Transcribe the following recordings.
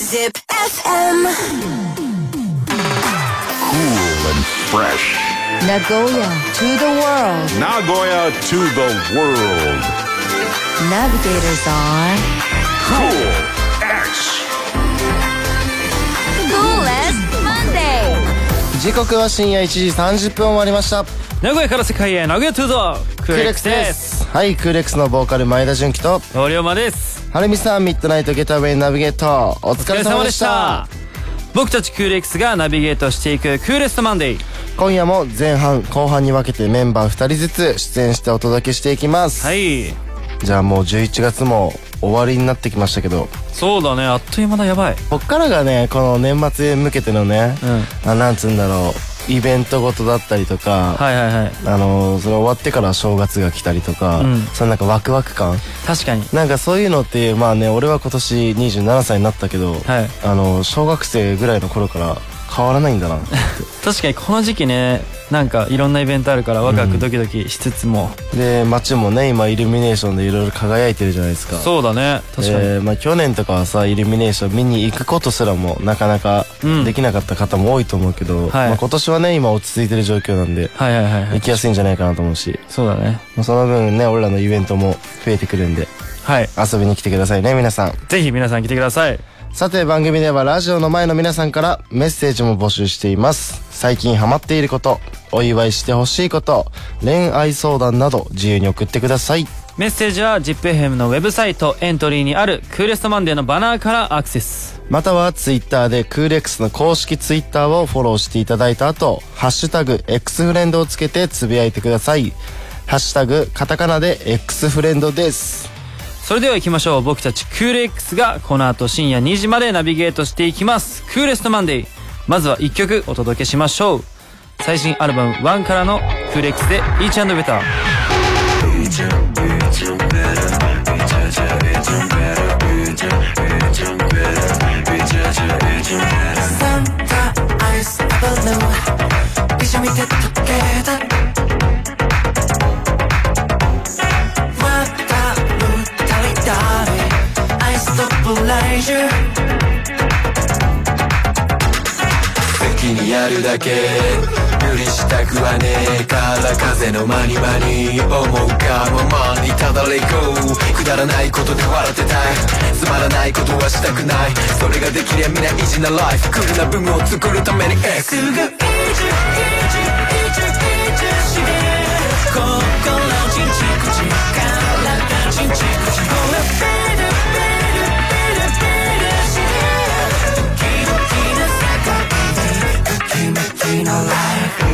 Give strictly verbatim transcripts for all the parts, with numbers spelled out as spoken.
Zip エフエム Cool and fresh. Nagoya to the world. Nagoya to the world. Navigators are Cool X. Coolest Monday. 時刻は深夜いちじさんじゅっぷん終わりました。 名古屋から世界へ名古屋トゥーザクーレックスです。 はい、クーレックスのボーカル前田純喜と森山です。 はるみさん、ミッドナイトゲタウェイナビゲートお疲れ様でした。 僕たちクーレックスがナビゲートしていくクーレストマンデー。 今夜も前半後半に分けてメンバーふたりずつ出演してお届けしていきます。 はい。 じゃあもうじゅういちがつも終わりになってきましたけど。 そうだね、あっという間だ。やばい。 こっからがね、この年末へ向けてのね、 うん、 あなんつうんだろう、イベントごとだったりとか、 はいはいはい、 あのー、それ終わってから正月が来たりとか、うん、そのなんかワクワク感、 確かになんかそういうのって、まあね、俺は今年にじゅうななさいになったけど、はい、あのー、小学生ぐらいの頃から変わらないんだな確かにこの時期ね、なんかいろんなイベントあるからワクワクドキドキしつつも、 うん、で街もね今イルミネーションでいろいろ輝いてるじゃないですか。 そうだね、確かに、 えーまあ、去年とかはさイルミネーション見に行くことすらもなかなかできなかった方も多いと思うけど、うん、まあ、今年はね今落ち着いてる状況なんで、はいはいはい、はい、行きやすいんじゃないかなと思うし。 そうだね、 その分ね俺らのイベントも増えてくるんで、はい、遊びに来てくださいね皆さん。 ぜひ皆さん来てください。 さて番組ではラジオの前の皆さんからメッセージも募集しています。最近ハマっていること、お祝いしてほしいこと、恋愛相談など自由に送ってください。 メッセージは ジップエフエム のウェブサイトエントリーにあるクーレストマンデーのバナーからアクセス、 またはツイッターでクーレックスの公式ツイッターをフォローしていただいた後、ハッシュタグ X フレンドをつけてつぶやいてください。ハッシュタグカタカナで X フレンドです。 それでは行きましょう。僕たちクーレックスがこの後深夜にじまでナビゲートしていきます。クーレストマンデー、まずはいっきょくお届けしましょう。最新アルバムワンからのクーレックスで Each and Better。 席にやるだけ無理したくはねえから風のまにまに思うがままにただれこうくだらないことで笑ってたい、つまらないことはしたくない、それができりゃみんなイジなライフ、クールな文を作るために X すぐイジイジイジイジして心ちんちくち体ちんちくちほらフェードフェードフェードフェードしてドキドキな世界でときめきのライフ、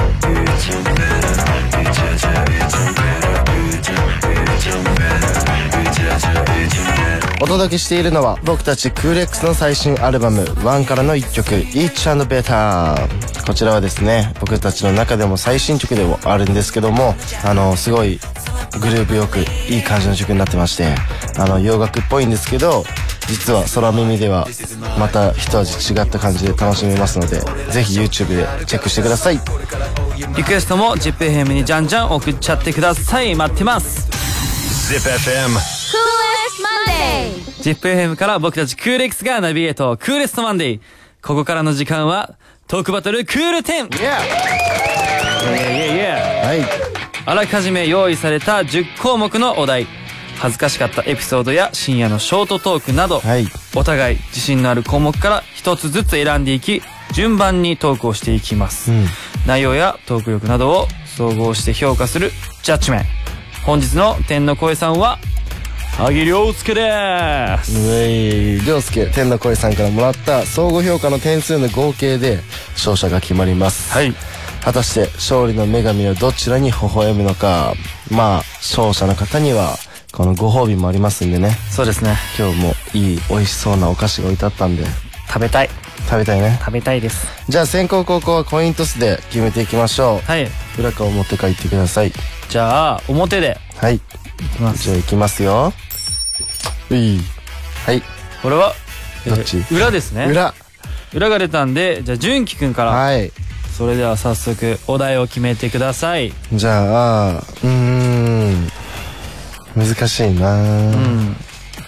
お届けしているのは僕たちクーレックスの最新アルバムワンからのいっきょく Each and Better。 こちらはですね僕たちの中でも最新曲でもあるんですけども、あのすごいグルーヴよくいい感じの曲になってまして、あの洋楽っぽいんですけど実は空耳ではまた一味違った感じで楽しめますので、ぜひ YouTube でチェックしてください。 リクエストも ジップエフエム にじゃんじゃん送っちゃってください。待ってます。 Zip エフエム Coolest Monday。 ジップエフエム から僕たちクーレックスがナビゲートクーレストマンデー。ここからの時間はトークバトルクールテン。 Yeah! はい、あらかじめ用意されたじゅっこうもくのお題、恥ずかしかったエピソードや深夜のショートトークなど、はい、お互い自信のある項目から一つずつ選んでいき順番にトークをしていきます、うん、内容やトーク力などを総合して評価するジャッジメント。本日の天の声さんは萩亮介です。 うえい、亮介、天の声さんからもらった総合評価の点数の合計で勝者が決まります。はい、果たして勝利の女神はどちらに微笑むのか。まあ勝者の方にはこのご褒美もありますんでね。 そうですね、 今日もいい美味しそうなお菓子が置いてあったんで食べたい食べたいね。 食べたいです。 じゃあ先攻後攻はコイントスで決めていきましょう。はい、裏か表か言ってください。 じゃあ表で。 はい、いきます。じゃあいきますよ。うい、はい、 これはどっち？ 裏ですね。 裏裏が出たんで、じゃあ純喜くんから。 はい、 それでは早速お題を決めてください。 じゃあうーん難しいな、うん、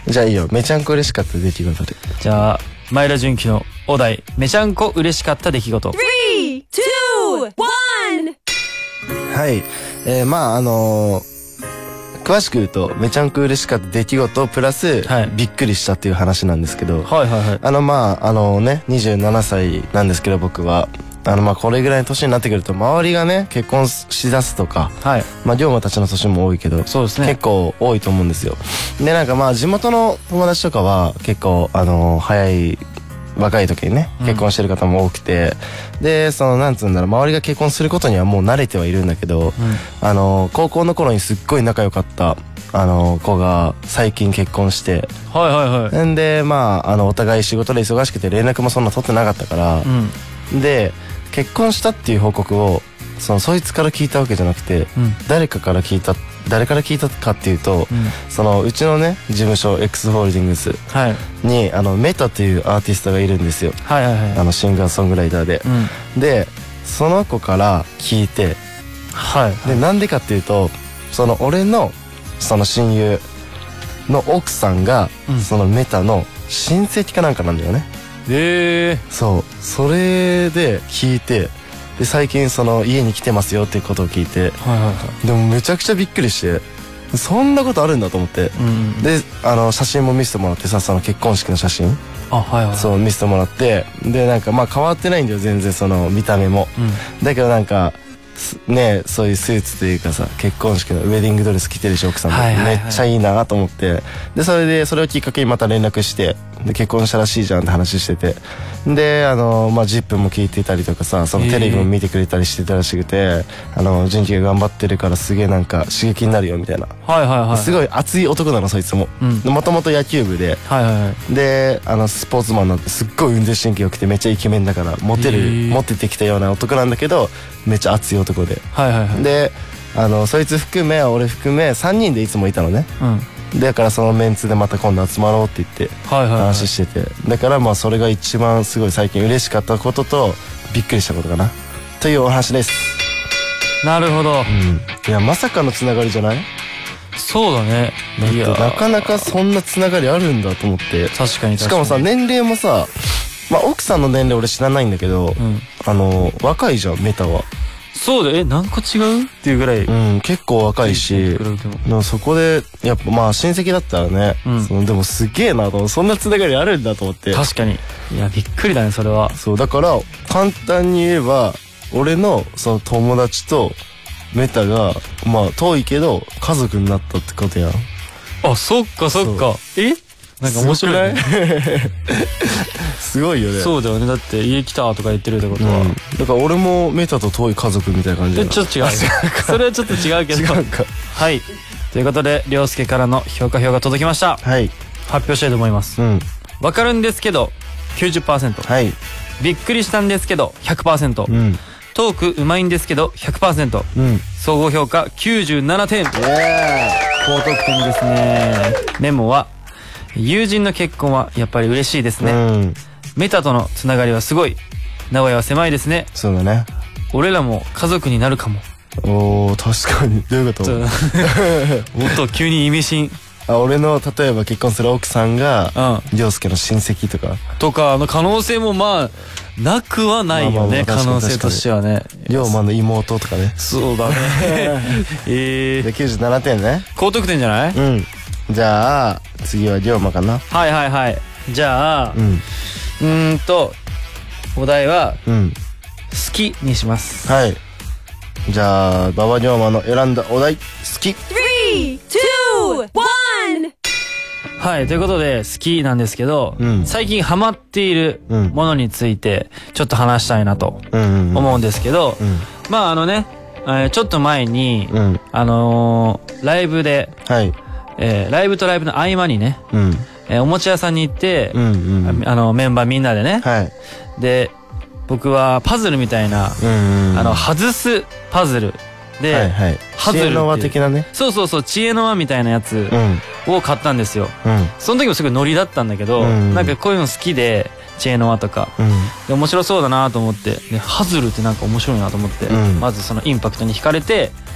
じゃあいいよ。めちゃんこ嬉しかった出来事で。 じゃあ前田純喜のお題、めちゃんこ嬉しかった出来事。 スリー、ツー、ワン。 はい。えー、まああのー、詳しく言うとめちゃんこ嬉しかった出来事プラス、はい、びっくりしたっていう話なんですけど、 はいはいはい。 あのまああのねにじゅうななさいなんですけど、僕はあのまあこれぐらいの年になってくると周りがね結婚しだすとか、はい、まあ龍馬たちの年も多いけど、そうですね、結構多いと思うんですよ。でなんかまあ地元の友達とかは結構あの早い若い時にね結婚してる方も多くて、うん、でそのなんつうんだろう、周りが結婚することにはもう慣れてはいるんだけど、うん、あの高校の頃にすっごい仲良かったあの子が最近結婚して、はいはいはい、んでまああのお互い仕事で忙しくて連絡もそんな取ってなかったから、うん、で結婚したっていう報告をそのそいつから聞いたわけじゃなくて、うん、誰かから聞いた誰から聞いたかっていうと、うん、そのうちのね事務所 X ホールディングスに、はい、あのメタというアーティストがいるんですよ、はいはいはい、あのシンガーソングライターで、うん、でその子から聞いて、はいはい、でなんでかっていうとその俺のその親友の奥さんが、うん、そのメタの親戚かなんかなんだよね。へえ。そうそれで聞いて、で最近その家に来てますよっていうことを聞いて、はいはいはい、でもめちゃくちゃびっくりして、そんなことあるんだと思って、うんうん、であの写真も見せてもらってさ、その結婚式の写真、あ、はいはい、そう見せてもらって、でなんかまあ変わってないんだよ全然その見た目も、うん、だけどなんかね、そういうスーツというかさ、結婚式のウェディングドレス着てるし奥さんで、はいはいはい、めっちゃいいなと思って、でそれでそれをきっかけにまた連絡して、で結婚したらしいじゃんって話してて、であのまあジップも聞いてたりとかさ、そのテレビも見てくれたりしてたらしくて、あの純喜が頑張ってるからすげえなんか刺激になるよみたいな、はいはいはい、すごい熱い男なのそいつも、もともと野球部で、はいはいはい、であのスポーツマンになってすっごい運動神経良くてめっちゃイケメンだからモテるモテてきたような男なんだけど、めっちゃ熱い男で、はいはいはい、であのそいつ含め俺含めさんにんでいつもいたのね、うん、だからそのメンツでまた今度集まろうって言って話してて、はいはいはい、だからまあそれが一番すごい最近嬉しかったこととびっくりしたことかなというお話です。なるほど、うん、いやまさかのつながりじゃない？そうだね。だってなかなかそんなつながりあるんだと思って。確かに確かに。しかもさ年齢もさ、まあ奥さんの年齢俺知らないんだけど、うん、あの若いじゃんメタは。そうだ、え何個違うっていうぐらい、うん、結構若いし、でもそこでやっぱまあ親戚だったらね、うん、そのでもすげえなと思って、そんなつながりあるんだと思って。確かに。いやびっくりだねそれは。そうだから簡単に言えば俺のその友達とメタがまあ遠いけど家族になったってことやん。あ、そっかそっか。えなんか面白い、ね、すごいよね。そうだよね。だって家来たとか言ってるってことは、うん、だから俺もメタと遠い家族みたいな感じだな。ちょっと違うそれはちょっと違うけど違うか。はい、ということで涼介からの評価票が届きました。はい、発表したいと思います。うん、分かるんですけど きゅうじゅっパーセント、はい、びっくりしたんですけど ひゃくパーセント、うん、トークうまいんですけど ひゃくパーセント、うん、総合評価きゅうじゅうななてん、高得点ですね。メモは友人の結婚はやっぱり嬉しいですね、うん、メタとのつながりはすごい、名古屋は狭いですね。そうだね。俺らも家族になるかも。おー確かに。どういうこともっと急に意味深。あ、俺の例えば結婚する奥さんが涼介の親戚とかとかの可能性もまあなくはないよね。可能性としてはね。龍馬の妹とかね。そうだねえー、きゅうじゅうななてんね。高得点じゃない？うん。じゃあ次は龍馬かな。はいはいはい。じゃあ、うん、うーんとお題は、うん、好きにします。はい。じゃあ馬場龍馬の選んだお題好き。スリー、ツー、ワン。はい、ということで好きなんですけど、うん、最近ハマっているものについてちょっと話したいなと思うんですけど、うんうんうん、まああのね、えー、ちょっと前に、うん、あのー、ライブで、はい、えー、ライブとライブの合間にね、うん、えー、おもちゃ屋さんに行って、うんうん、あのメンバーみんなでね、はい、で僕はパズルみたいな、うんうん、あの外すパズルで、はいはい、知恵の輪的なね、そうそうそう、知恵の輪みたいなやつを買ったんですよ、うん、その時もすごいノリだったんだけど、うん、なんかこういうの好きで知恵の輪とか、うん、で面白そうだなと思って、でパズルってなんか面白いなと思って、うん、まずそのインパクトに惹かれて、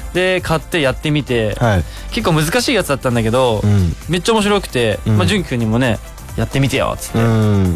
で買ってやってみて、 はい、 結構難しいやつだったんだけど、うん、めっちゃ面白くて、うん、まあ純喜くんにもねやってみてよっつって、うん、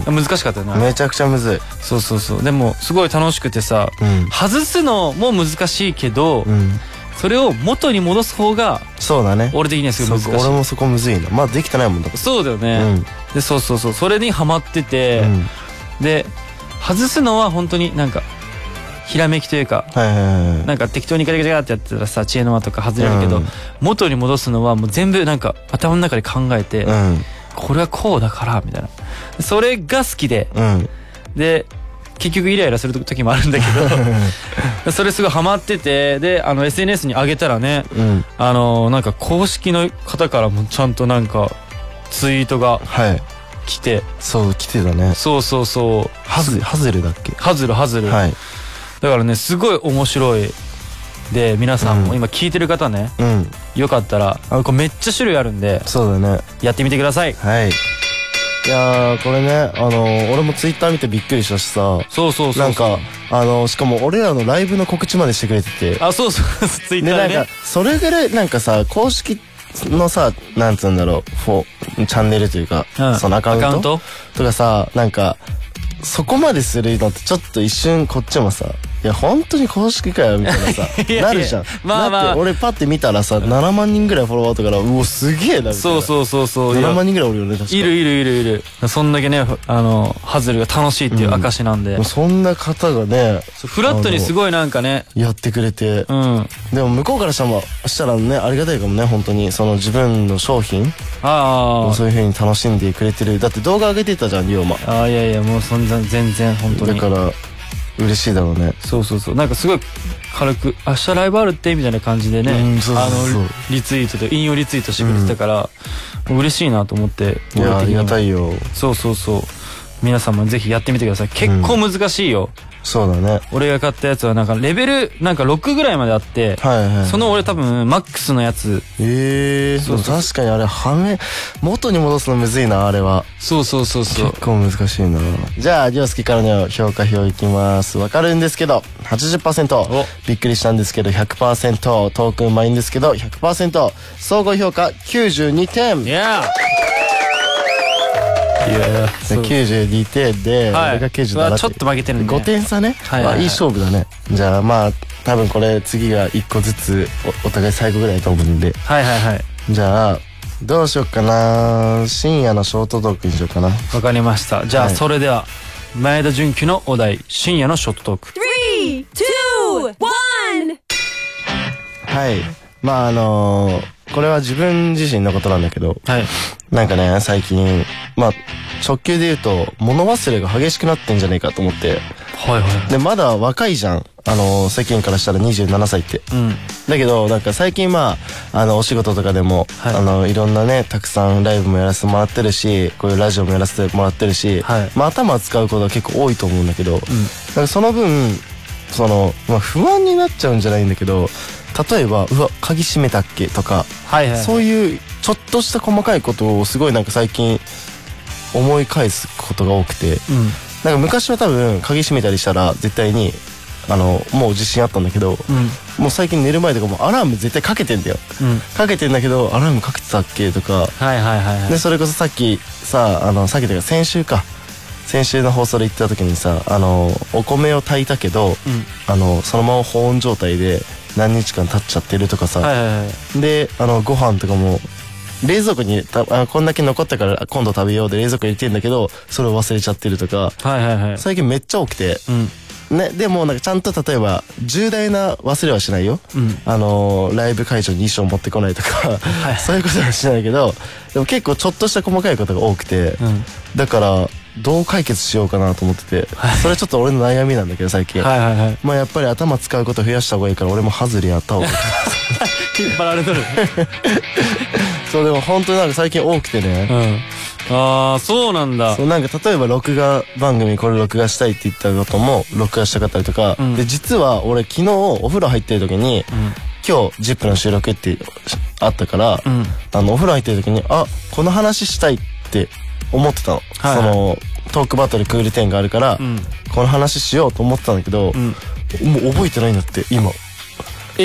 難しかったよね。 めちゃくちゃむずい。 そうそうそう。でもすごい楽しくてさ、うん、外すのも難しいけど、うん、それを元に戻す方がそうだね、 俺的にはすごい難しい。 俺もそこむずいな。まだできてないもんだ。 そうだよね、うん、でそうそうそう、それにハマってて、うん、で外すのは本当になんかひらめきというか、はいはいはい、なんか適当にガリガリガリってやってたらさ知恵の輪とか外れるけど、うん、元に戻すのはもう全部なんか頭の中で考えて、うん、これはこうだからみたいな、それが好きで、うん、で結局イライラする時もあるんだけどそれすごいハマってて、であの エスエヌエス に上げたらね、うん、あのなんか公式の方からもちゃんとなんかツイートが来て、はい、 そう来てたね。そうそうそう、 ハズハズルだっけ。 ハズルハズル、はい、だからねすごい面白い。で皆さんも今聞いてる方ね、うん、よかったらあこれめっちゃ種類あるんで、 そうだね、 やってみてください。 はい。いやーこれね、あのー、俺もツイッター見てびっくりしたしさ、 そうそうそうそう、 なんかあのー、しかも俺らのライブの告知までしてくれてて、 あそうそうツイッターでね、 でなんかそれぐらいなんかさ公式のさなんつうんだろうフォチャンネルというか、うん、そのアカウント、アカウントとかさ、なんかそこまでするのってちょっと一瞬こっちもさ、いや本当に公式かよみたいなさなるじゃん。まあまあだって俺パッて見たらさななまんにんぐらいフォロワーとからうおすげえなみたいな。 そうそうそうそう、 ななまんにんぐらいおるよね確か。 いるいるいるいる。そんだけねあのハズルが楽しいっていう証なんで、 うん、そんな方がねフラットにすごいなんかねやってくれて、うん、でも向こうからしたらしたらねありがたいかもね、本当にその自分の商品ああそういう風に楽しんでくれてる。だって動画上げてたじゃん龍馬。 ああいやいやもうそんな全然本当にだから嬉しいだろうね。 そうそうそう、なんかすごい軽く明日ライブあるってみたいな感じでね、うん、そうそうそう、あのリツイートで引用リツイートしてくれてたから、うん、嬉しいなと思って。 いやありがたいよ。 そうそうそう、皆さんもぜひやってみてください。結構難しいよ、うん、 そうだね。 俺が買ったやつはなんかレベルなんかろくぐらいまであって、はいはい、その俺多分マックスのやつ。 ええー、そうそう、確かにあれはめ元に戻すのむずいなあれは。 そうそうそうそう、 結構難しいな。じゃありょうすけからの評価表いきます。わかるんですけど はちじゅっパーセント、 びっくりしたんですけど ひゃくパーセント、 トークうまいんですけど ひゃくパーセント、 総合評価きゅうじゅうにてん。 いやいやきゅうじゅうにてんで、 はい、 俺がきゅうじゅうななてん、 ちょっと負けてるんでごてん差ね、はいはいはい、まあいい勝負だね。じゃあまあ多分これ次がいっこずつ お, お互い最後ぐらいだと思うんで、 はいはいはい、 じゃあどうしよっかな。深夜のショートトークにしようかな。 わかりました。じゃあ、はい、それでは前田純喜のお題深夜のショートトーク。 スリー、ツー、ワン。 はい、まああのーこれは自分自身のことなんだけど、はい、なんかね最近まあ直球で言うと物忘れが激しくなってんじゃねえかと思って、はいはい、でまだ若いじゃん、あの世間からしたらにじゅうななさいって、うん、だけどなんか最近まああのお仕事とかでも、はい、あのいろんなねたくさんライブもやらせてもらってるし、こういうラジオもやらせてもらってるし、はい、まあ頭使うことは結構多いと思うんだけど、うん、なんかその分その、まあ、不安になっちゃうんじゃないんだけど、例えばうわ鍵閉めたっけとか、はいはいはい、そういうちょっとした細かいことをすごいなんか最近思い返すことが多くて、うん、なんか昔は多分鍵閉めたりしたら絶対にあのもう自信あったんだけど、うん、もう最近寝る前とかもアラーム絶対かけてんだよ、うん、かけてんだけどアラームかけてたっけとか、はいはいはいはい、でそれこそさっきさあのさっきというか先週か先週の放送で言った時にさ、あのお米を炊いたけど、うん、あのそのまま保温状態で何日間経っちゃってるとかさ、はいはいはい、であのご飯とかも冷蔵庫にたあこんだけ残ったから今度食べようで冷蔵庫に入れてんだけどそれを忘れちゃってるとか、はいはいはい、最近めっちゃ多くて、うんね、でもなんかちゃんと例えば重大な忘れはしないよ、うん、あのライブ会場に衣装持ってこないとか、はい、そういうことはしないけど、でも結構ちょっとした細かいことが多くて、うん、だからどう解決しようかなと思ってて、はい、それちょっと俺の悩みなんだけど最近、はいはいはい、まあやっぱり頭使うこと増やした方がいいから俺もハズレやった方がいい引っ張られとるそうでも本当になんか最近多くてね、 うん、ああそうなんだ。 そうなんか例えば録画番組これ録画したいって言ったことも録画したかったりとか、うん、で実は俺昨日お風呂入ってる時に、うん、今日 ジップ の収録ってあったから、うん、あのお風呂入ってる時にあこの話したいって思ってたの、はいはい、そのトークバトルクールテンがあるから、うん、この話しようと思ってたんだけど、うん、もう覚えてないんだって今。 え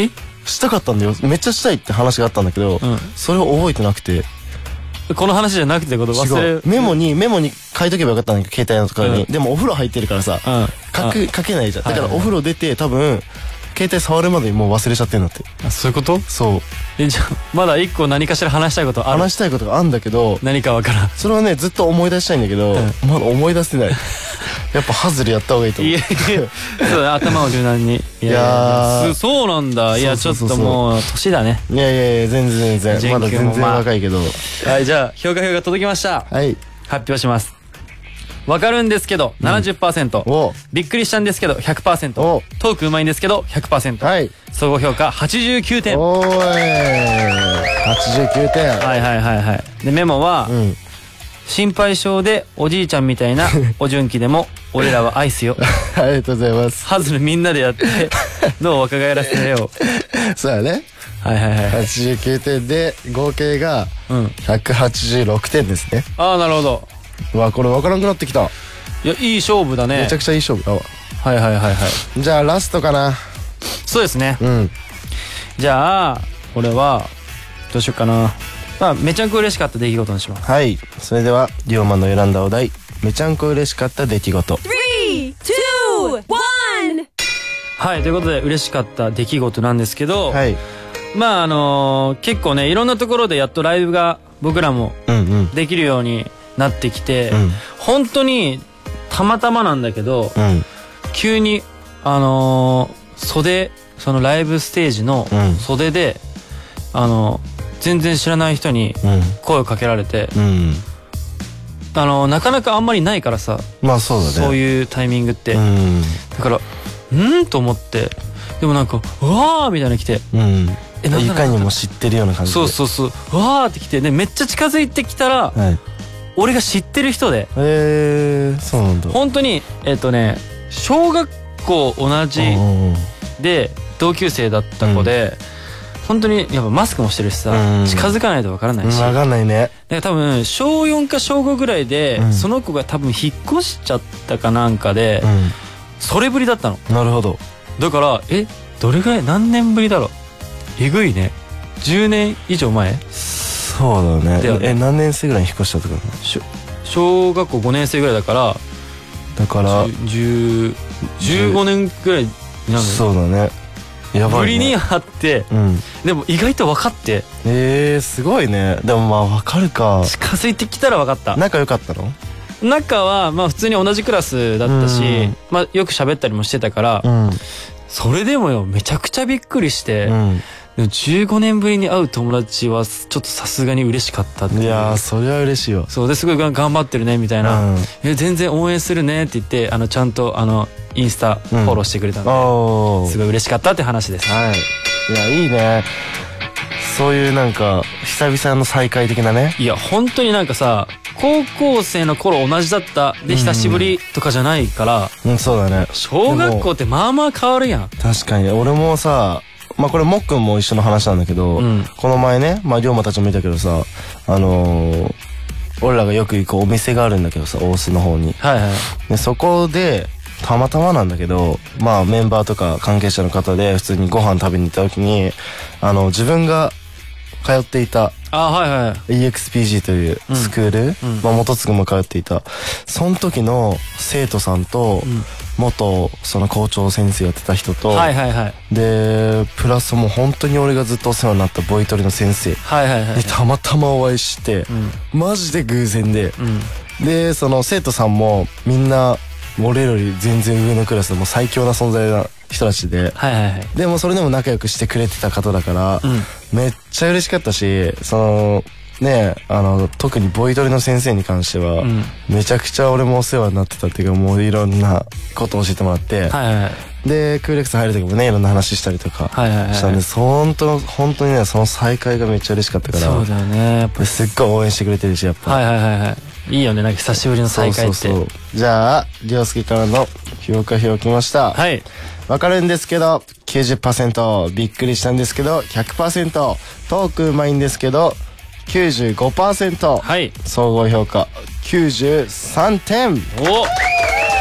したかったんだよ。めっちゃしたいって話があったんだけど、 うん、 それを覚えてなくて。 この話じゃなくてこと忘れる。 メモに、メモに書いとけばよかったんだけど、携帯のところに。うん、でもお風呂入ってるからさ、うん、書く、書けないじゃん。だからお風呂出て、多分、携帯触るまでにもう忘れちゃってんだって。 あ、そういうこと？そう。え、じゃあ、まだ一個何かしら話したいことある？ 話したいことがあるんだけど、 何かわからん。 それはね、ずっと思い出したいんだけど、うん、まだ思い出せない。やっぱハズルやった方がいいと思う。いやいや、そうだ、頭を柔軟に。いやー、そうなんだ。いや、ちょっともう、年だね。いやいやいや、全然全然。まだ全然若いけど。はい、じゃあ、評価票が届きました。はい。発表します。わかるんですけど ななじゅっパーセント、うん、びっくりしたんですけど ひゃくパーセント、トークうまいんですけど ひゃくパーセント、はい、総合評価はちじゅうきゅうてん。おーい、はちじゅうきゅうてん。はいはいはいはい。でメモは、うん、心配性でおじいちゃんみたいなお純喜でも俺らは愛すよ。ありがとうございます。ハズルみんなでやってどう若返らせてよ。そうやね。はいはいはい。はちじゅうきゅうてんで合計がひゃくはちじゅうろくてんですね。ああ、なるほど。うわ、これ分からなくなってきた。いや、いい勝負だね。めちゃくちゃいい勝負だわ。はいはいはいはい。じゃあラストかな。そうですね。うん。じゃあ俺はどうしようかな。まあめちゃんこ嬉しかった出来事にします。はい。それではリオマの選んだお題、めちゃんこ嬉しかった出来事。スリー、ツー、ワン。はい、ということで嬉しかった出来事なんですけど、はい。まああのー、結構ね、いろんなところでやっとライブが僕らもできるようになってきて、うん、本当にたまたまなんだけど、うん、急にあのー、袖、そのライブステージの袖で、うん、あのー、全然知らない人に声をかけられて、うん、あのー、なかなかあんまりないからさ、まあそうだね、そういうタイミングって、うん、だからうんと思って、でもなんかうわーみたいな来て、うん、え、いかにも知ってるような感じで、そうそうそう、うわーって来て、でめっちゃ近づいてきたら、はい、俺が知ってる人で、へえ、そうなんだ。本当にえっとね、小学校同じで同級生だった子で、うん、本当にやっぱマスクもしてるしさ、うん、近づかないとわからないし、わかんないね。だから多分小よんか小ごぐらいで、うん、その子が多分引っ越しちゃったかなんかで、うん、それぶりだったの。なるほど。だからえ、どれぐらい、何年ぶりだろう。えぐいね。じゅうねん以上前。そうだね。え、何年生ぐらいに引っ越したとか。小学校ごねん生ぐらいだから、だからじゅうごねんぐらいになるの。そうだね。やばいね。ぶりに会って、うん、でも意外と分かって。えー、すごいね。でもまあ分かるか。近づいてきたら分かった。仲良かったの？仲はまあ普通に同じクラスだったし、うん、まあよく喋ったりもしてたから、うん、それでもよ、めちゃくちゃびっくりして、うん、でもじゅうごねんぶりに会う友達はちょっとさすがに嬉しかったっていう。いやー、それは嬉しいよ。そうですごい頑張ってるねみたいな、うん、え全然応援するねって言って、あのちゃんとあのインスタフォローしてくれたので、うん、すごい嬉しかったって話です。はい。いや、いいね。そういうなんか久々の再会的なね。いや本当になんかさ、高校生の頃同じだったで久しぶりとかじゃないから、うん、うん、そうだね。小学校ってまあまあ変わるやん。確かに。俺もさ、まあこれもっくんも一緒の話なんだけど、うん、この前ね、まあ龍馬たちも見たけどさ、あのー、俺らがよく行くお店があるんだけどさ、大須の方に。はいはい。でそこでたまたまなんだけど、まあメンバーとか関係者の方で普通にご飯食べに行った時に、あの自分が通っていた イーエックスピージー というスクール、うん、まあ元次も通っていた、その時の生徒さんと、うん、元その校長先生やってた人と、はいはいはい、でプラスもう本当に俺がずっとお世話になったボイトレの先生でたまたまお会いして、うん、マジで偶然で、うん、でその生徒さんもみんな俺より全然上のクラスでもう最強な存在な人たちで、はいはいはい、でもそれでも仲良くしてくれてた方だから、うん、めっちゃ嬉しかったし、そのね、あの特にボイトレの先生に関しては、うん、めちゃくちゃ俺もお世話になってたっていうか、もういろんなことを教えてもらって、はいはいはい、でクーレックス入る時もね、いろんな話したりとかしたんで、本当本当にね、その再会がめっちゃ嬉しかったから。そうだよね、やっぱすっごい応援してくれてるし、やっぱはいはいはいはい、いいよね、なんか久しぶりの再会って。そうそうそう。じゃあ涼介からの評価表きました。はい。わかるんですけど きゅうじゅっパーセント、 びっくりしたんですけど ひゃくパーセント、 トークうまいんですけど きゅうじゅうごパーセント、はい、総合評価きゅうじゅうさんてん。お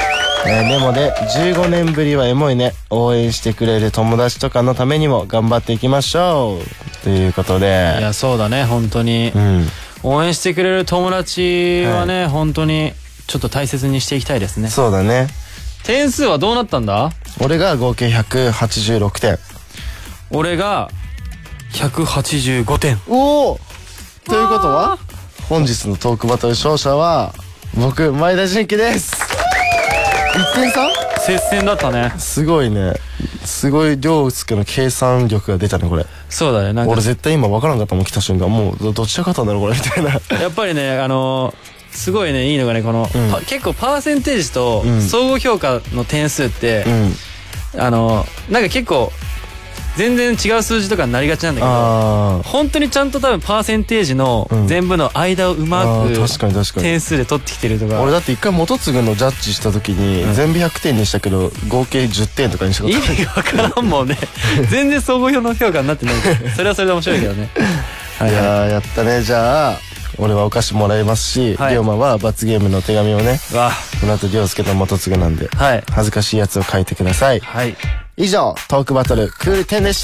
えー、メモでじゅうごねんぶりはエモいね、応援してくれる友達とかのためにも頑張っていきましょうということで。 いやそうだね、本当に、うん、応援してくれる友達はね、はい、本当にちょっと大切にしていきたいですね。 そうだね。 点数はどうなったんだ？ 俺が合計ひゃくはちじゅうろくてん、 俺がひゃくはちじゅうごてん。 おお、ということは本日のトークバトル勝者は僕、前田純喜です。いってん差？ 接戦だったね。 すごいね。すごい凌介の計算力が出たね、これ。 そうだね。なんか俺絶対今分からんかったもん、来た瞬間。もうどっちが勝ったんだろうこれみたいな。 やっぱりね、あのー、すごいね、いいのがね、この、うん、結構パーセンテージと総合評価の点数って、うん、あのー、なんか結構全然違う数字とかになりがちなんだけど、本当にちゃんと多分パーセンテージの全部の間をうまく点数で取ってきてるとか。 俺だって一回元次のジャッジした時に全部ひゃくてんにしたけど合計じゅってんとかにしたこと意味わからんもんね。全然総合表の評価になってないけど、それはそれで面白いけどね。 いやー、やったね。じゃあ俺はお菓子もらいますし、龍馬は罰ゲームの手紙をね、この後凌介と元次なんで恥ずかしいやつを書いてください。はい。以上、トークバトルクールテンでした。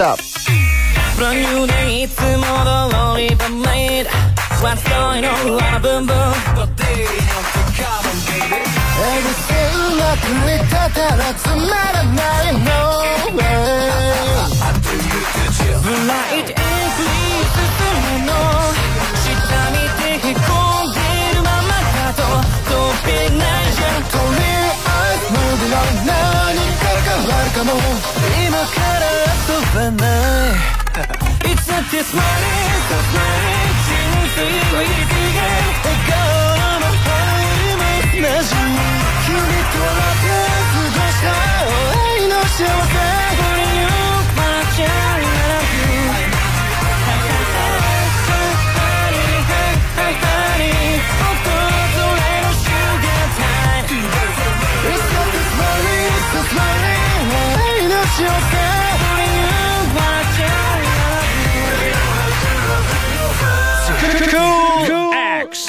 今から遊ばない。いつだってスマイリー、スマイリー、人生は生きがい、笑顔のハイムなし、君とだけ過ごした愛の幸せ、俺にまっちゃいなら Cool X.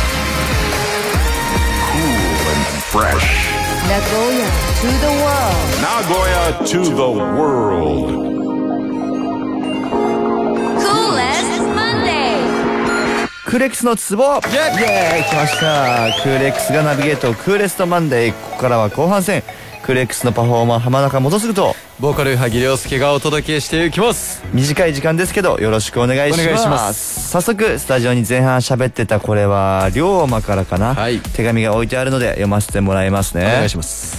Cool and fresh. Nagoya to the world. Nagoya to the world. Coolest Monday. クーレックスのツボ。イエーイ、来ました。クーレックスがナビゲート、クーレストマンデー。ここからは後半戦。クーレックスのパフォーマー浜中元嗣とボーカル萩亮介がお届けしていきます。 短い時間ですけどよろしくお願いします。お願いします。早速スタジオに前半喋ってたこれは龍馬からかな、はい、手紙が置いてあるので読ませてもらいますね。お願いします。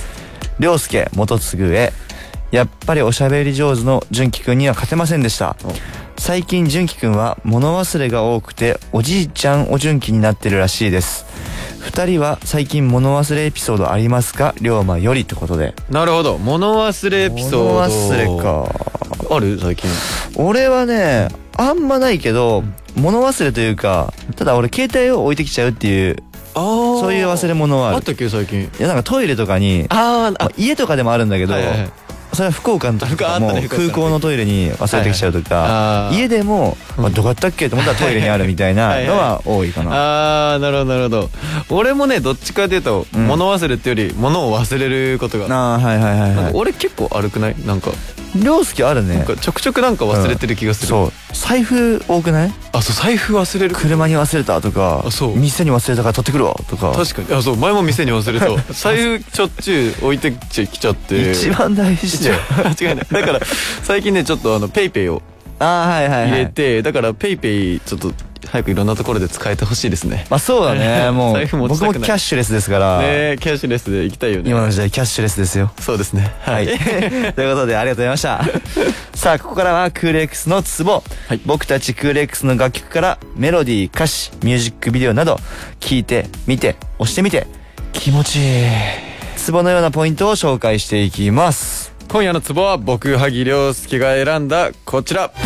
亮介元嗣へ、やっぱりおしゃべり上手の純喜くんには勝てませんでした。最近純喜くんは物忘れが多くておじいちゃんお純喜になってるらしいです。二人は最近物忘れエピソードありますか？龍馬よりってことで。 なるほど、物忘れエピソード。 物忘れか。 ある？最近。 俺はね、あんまないけど、うん、物忘れというか、ただ俺携帯を置いてきちゃうっていう、あそういう忘れ物はある。 あったっけ最近。 いやなんかトイレとかに、ああ、家とかでもあるんだけど、はいはいはい、それは福岡の時とかも空港のトイレに忘れてきちゃうとか、はいはい、家でも、まあ、どこだったっけと思ったらトイレにあるみたいなのは多いかな。 ああ、なるほどなるほど。俺もねどっちかというと、うん、物忘れってより物を忘れることが、ああはいはいはいはい。俺結構悪くない？なんか凌介あるね。 なんかちょくちょくなんか忘れてる気がする。 そう。財布多くない？ あ、そう、財布忘れる。 車に忘れたとか、あ、そう。店に忘れたから取ってくるわとか。 確かに。あ、そう。前も店に忘れた。財布ちょっちゅう置いてきちゃって。 一番大事じゃん。 間違いない。だから最近ねちょっとあのペイペイを入れて、だからペイペイちょっと早くいろんなところで使えてほしいですね。 まあそうだね。もう僕もキャッシュレスですから。 ね、キャッシュレスで行きたいよね。 今の時代キャッシュレスですよ。 そうですね。 はい。ということでありがとうございました。さあここからはクーレックスのツボ、はい、僕たちクーレックスの楽曲からメロディー、歌詞、ミュージックビデオなど聴いて見て押してみて気持ちいいツボのようなポイントを紹介していきます。 今夜のツボは僕萩亮介が選んだこちら。こ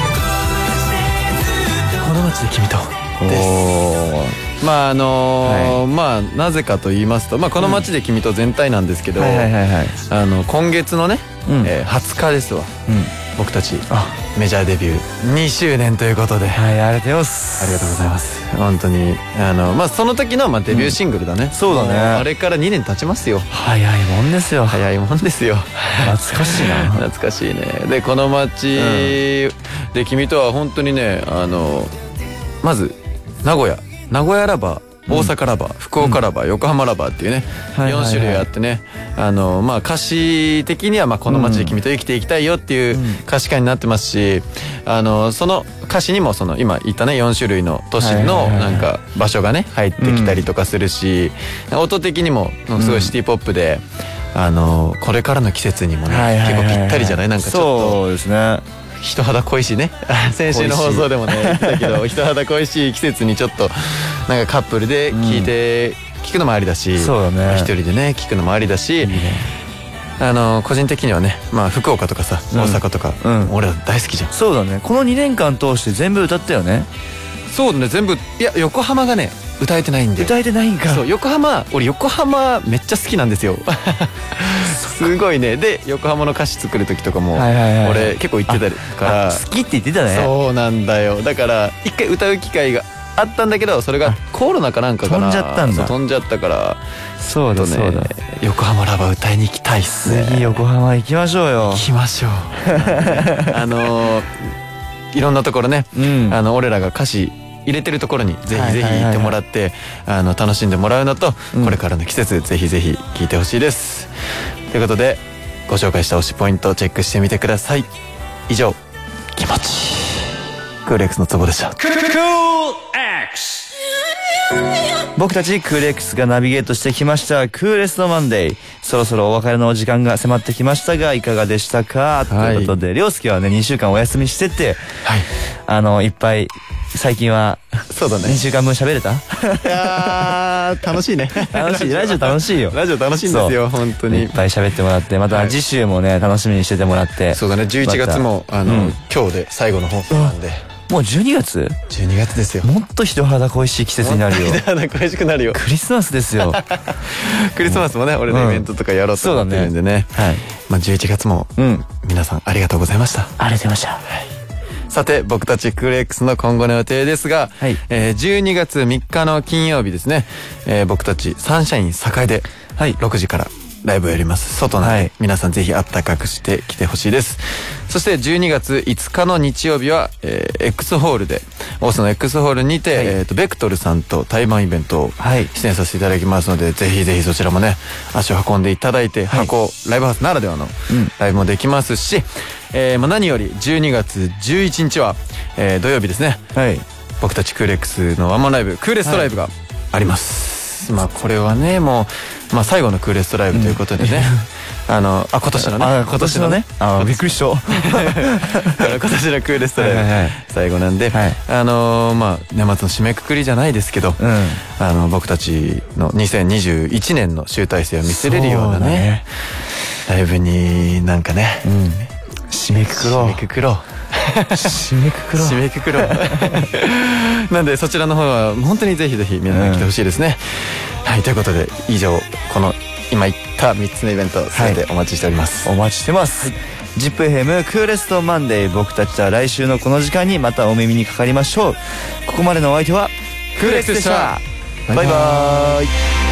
の街で君とです。まああのーはい、まあなぜかと言いますと、まあこの街で君と全体なんですけど、あの今月のね、うん、えー、はつかですわ、うん、僕たちメジャーデビューにしゅうねんということで、 はい、ありがとうございます。 ありがとうございます。本当にあのまあその時のまあデビューシングルだね、うん、 そうだね。 あれからにねん経ちますよ。 早いもんですよ。 早いもんですよ。 懐かしいな。 懐かしいね。でこの街、うん、で君とは本当にね、あのまず名古屋名古屋ラバー、大阪ラバー、福岡ラバー、横浜ラバーっていうね、よん種類あってね、あのまあ歌詞的にはまあこの街で君と生きていきたいよっていう歌詞感になってますし、あのその歌詞にもその今言ったねよん種類の都市のなんか場所がね入ってきたりとかするし、音的にもすごいシティポップで、あのこれからの季節にもね結構ぴったりじゃない？なんかちょっとそうですね。 人肌恋しいね。先週の放送でもね言ったけど、人肌恋しい季節にちょっとなんかカップルで聴いて聴くのもありだし、 そうだね、 一人でね聴くのもありだし、あの個人的にはね、まあ福岡とかさ大阪とか俺ら大好きじゃん。 そうだね。このにねんかん通して全部歌ったよね。 そうだね、全部。いや横浜がね歌えてないんだよ。 歌えてないんか。 そう、横浜、俺横浜めっちゃ好きなんですよ。すごいね。で横浜の歌詞作る時とかも俺結構言ってたから好きって言ってたね。 そうなんだよ。だから一回歌う機会があったんだけど、それがコロナかなんかかな、 飛んじゃったんだ。 飛んじゃったから。 そうだそうだ、 横浜ラバー歌いに行きたいっすね。 次横浜行きましょうよ。 行きましょう。あのいろんなところね、あの俺らが歌詞入れてるところにぜひぜひ行ってもらって、あの楽しんでもらうのと、これからの季節ぜひぜひ聴いてほしいです。ということでご紹介した推しポイントをチェックしてみてください。以上、気持ちクール X のツボでした。 クール X。 僕たちクール X がナビゲートしてきましたクール X のマンデー。そろそろお別れのお時間が迫ってきましたがいかがでしたか、はい、ということで涼介はねにしゅうかんお休みしてて、はい、あのいっぱい最近はそうだねにしゅうかんぶん喋れた？いやー楽しいね。 楽しい。ラジオ楽しいよ。 ラジオ楽しいんですよ本当に。 いっぱい喋ってもらって、また次週もね楽しみにしててもらって。 そうだね、じゅういちがつもあの、うん、今日で最後の放送なんで。 もうじゅうにがつ？ じゅうにがつですよ。もっと人肌恋しい季節になるよ。 人肌恋しくなるよ。 クリスマスですよ。 クリスマスもね、俺のイベントとかやろうと思ってるんでね。はい。まあじゅういちがつも皆さんありがとうございました。 ありがとうございました。はい。 さて僕たちクール X の今後の予定ですが、はい、えー、じゅうにがつみっかの金曜日ですね、えー、僕たちサンシャイン栄でろくじからライブをやります。外なんで、はい、皆さんぜひあったかくして来てほしいです。そしてじゅうにがついつかの日曜日は、えー、X ホールで大須の X ホールにて、はい、えーとベクトルさんと対バンイベントを出演させていただきますので、はい、ぜひぜひそちらもね足を運んでいただいて、はい、箱ライブハウスならではのライブもできますし、うん、えーまあ、何よりじゅうにがつじゅういちにちは、えー、土曜日ですね、はい、僕たちクール X のワンマンライブクールエストライブがあります、はい、まあこれはねもう、まあ、最後のクールエストライブということでね、うん、あのあ今年のねあ今年のねあびっくりした今年のクールエストライブ、はいはいはい、最後なんで、はい、あのー、まあ年末の締めくくりじゃないですけど、うん、あの僕たちのにせんにじゅういちねんの集大成を見せれるようなね、ねライブになんかね、うん、 締めくくろう締めくくろう締めくくろう締めくくろうなんでそちらの方は本当にぜひぜひ皆さん来てほしいですね、うん、はいということで以上この今言ったみっつのイベント全てお待ちしております、 はい、お待ちしてます、はい、ジップ エフエム クールエストマンデー。僕たちは来週のこの時間にまたお耳にかかりましょう。ここまでのお相手はクール X でした。バイバーイ。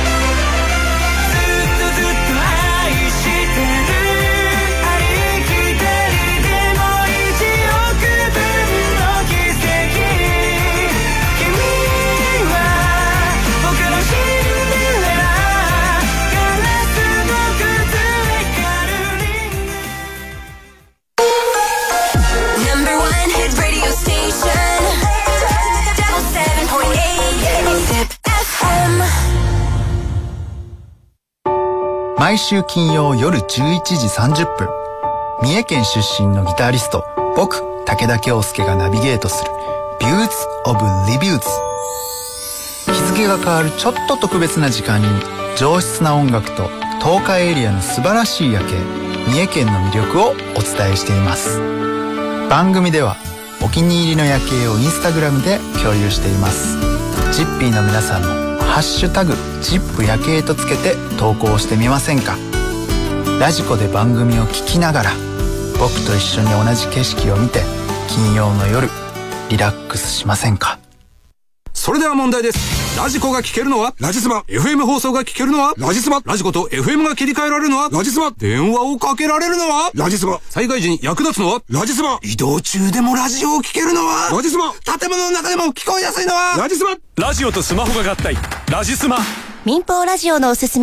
毎週金曜夜じゅういちじさんじゅっぷん、三重県出身のギタリスト僕武田恭介がナビゲートするビューズオブリビューズ。日付が変わるちょっと特別な時間に上質な音楽と東海エリアの素晴らしい夜景、三重県の魅力をお伝えしています。番組ではお気に入りの夜景をインスタグラムで共有しています。ジッピーの皆さんもハッシュタグジップ夜景とつけて投稿してみませんか。ラジコで番組を聞きながら僕と一緒に同じ景色を見て金曜の夜リラックスしませんか？ それでは問題です。ラジコが聞けるのはラジスマ。 エフエム 放送が聞けるのはラジスマ。ラジコと エフエム が切り替えられるのはラジスマ。電話をかけられるのはラジスマ。災害時に役立つのはラジスマ。移動中でもラジオを聞けるのはラジスマ。建物の中でも聞こえやすいのはラジスマ。 ラジオとスマホが合体、ラジスマ。 民放ラジオのおすすめ